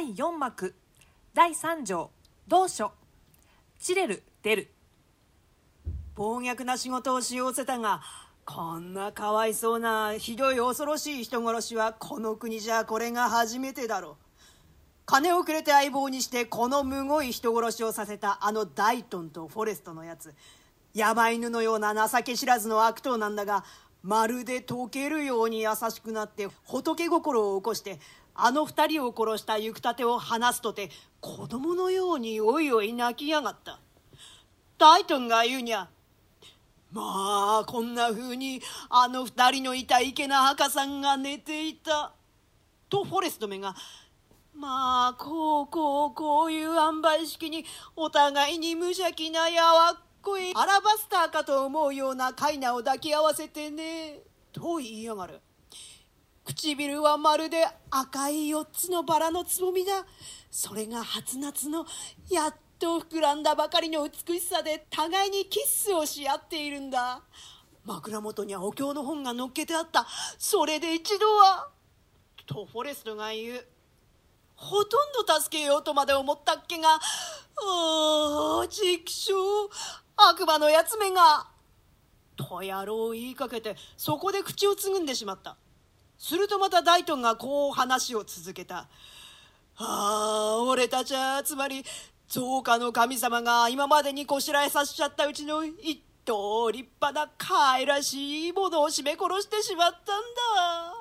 第4幕第3条同書チレル出る。 暴虐な仕事をしようせたが、こんなかわいそうなひどい恐ろしい人殺しはこの国じゃこれが初めてだろう。金をくれて相棒にしてこのむごい人殺しをさせたあのダイトンとフォレストのやつ、山犬のような情け知らずの悪党なんだが、まるで溶けるように優しくなって仏心を起こして、あの二人を殺した行くたてを話すとて子供のようにおいおい泣きやがった。ダイトンが言うにゃ、まあこんな風にあの二人のいた池な墓さんが寝ていたとフォレストめが、まあこういう塩梅式にお互いに無邪気なやわっこいアラバスターかと思うようなカイナを抱き合わせてねと言いやがる。唇はまるで赤い4つのバラのつぼみだ。それが初夏のやっと膨らんだばかりの美しさで互いにキッスをし合っているんだ。枕元にはお経の本が載っけてあった。それで一度はとフォレストが言う。ほとんど助けようとまで思ったっけが、畜生悪魔のやつめがとやろう言いかけて、そこで口をつぐんでしまった。するとまたダイトンがこう話を続けた。俺たちはつまり造花の神様が今までにこしらえさせちゃったうちの一頭立派な可愛らしいものを絞め殺してしまったんだ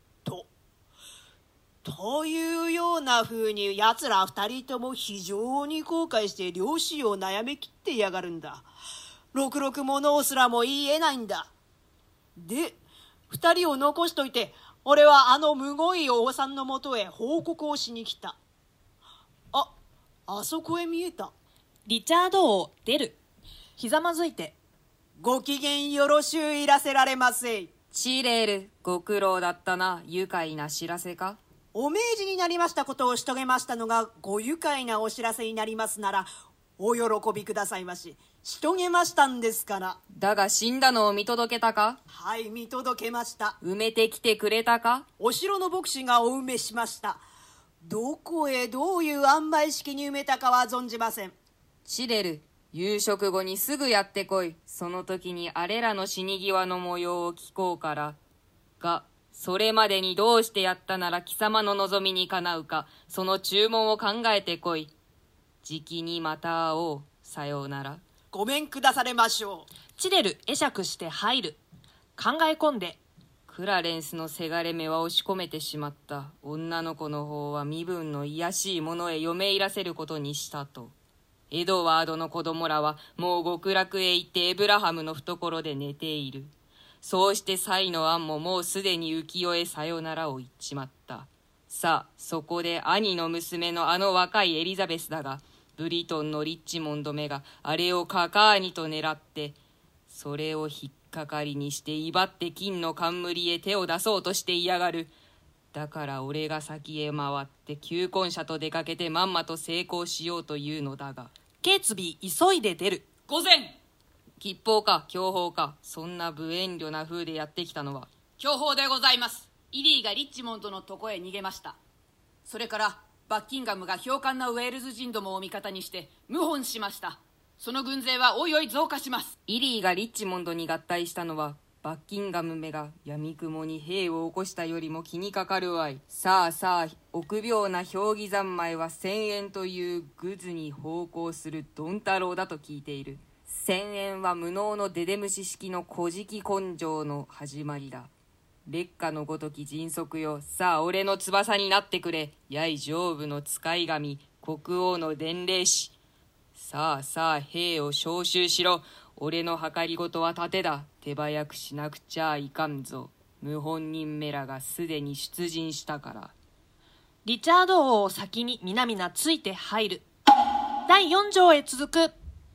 というような風にやつら二人とも非常に後悔して両親を悩めきってやがるんだ。ろくろくものをすらも言い得ないんだ。で二人を残しといて俺はあのむごい王さんのもとへ報告をしに来た。あそこへ見えた。 リチャード王出る。ひざまずいて、 ご機嫌よろしゅういらせられませ。 チレル、ご苦労だったな。愉快な知らせか。 お命じになりましたことをし遂げましたのがご愉快なお知らせになりますならお喜びくださいまし。し遂げましたんですから。 だが死んだのを見届けたか。 はい、見届けました。 埋めてきてくれたか。 お城の牧師がお埋めしました。どこへどういう塩梅式に埋めたかは存じません。 チレル、夕食後にすぐやってこい。その時にあれらの死に際の模様を聞こうから。がそれまでにどうしてやったなら貴様の望みにかなうか、その注文を考えてこい。じきにまた会おう。さようなら。 ごめんくだされましょう。 チレル会釈して入る。考え込んで、 クラレンスのせがれ目は押し込めてしまった。女の子の方は身分の卑しいものへ嫁入らせることにしたと。エドワードの子供らはもう極楽へ行ってエブラハムの懐で寝ている。そうしてサイのアンももうすでに浮世へさよならを言っちまった。さあそこで兄の娘のあの若いエリザベスだが、ブリトンのリッチモンドめがあれをカカーニと狙って、それを引っかかりにして威張って金の冠へ手を出そうとしていやがる。だから俺が先へ回って求婚者と出かけてまんまと成功しようというのだが。 ケイツビー急いで出る。 御前。 吉報か凶報か、そんな無遠慮な風でやってきたのは。 凶報でございます。イリーがリッチモンドのとこへ逃げました。それからバッキンガムが強悍なウェールズ人どもを味方にして謀反しました。その軍勢はおいおい増加します。 イリーがリッチモンドに合体したのはバッキンガムめが闇雲に兵を起こしたよりも気にかかるわい。さあ臆病な評議三昧は1000円というグズに奉公するドン太郎だと聞いている。1000円は無能のデデムシ式の小じき根性の始まりだ。烈火のごとき迅速よ。さあ俺の翼になってくれ。やい上部の使い神国王の伝令使。さあ兵を召集しろ。俺の計りごとは盾だ。手早くしなくちゃいかんぞ。謀反人めらがすでに出陣したから。 リチャード王を先に皆々ついて入る。第4条へ続く。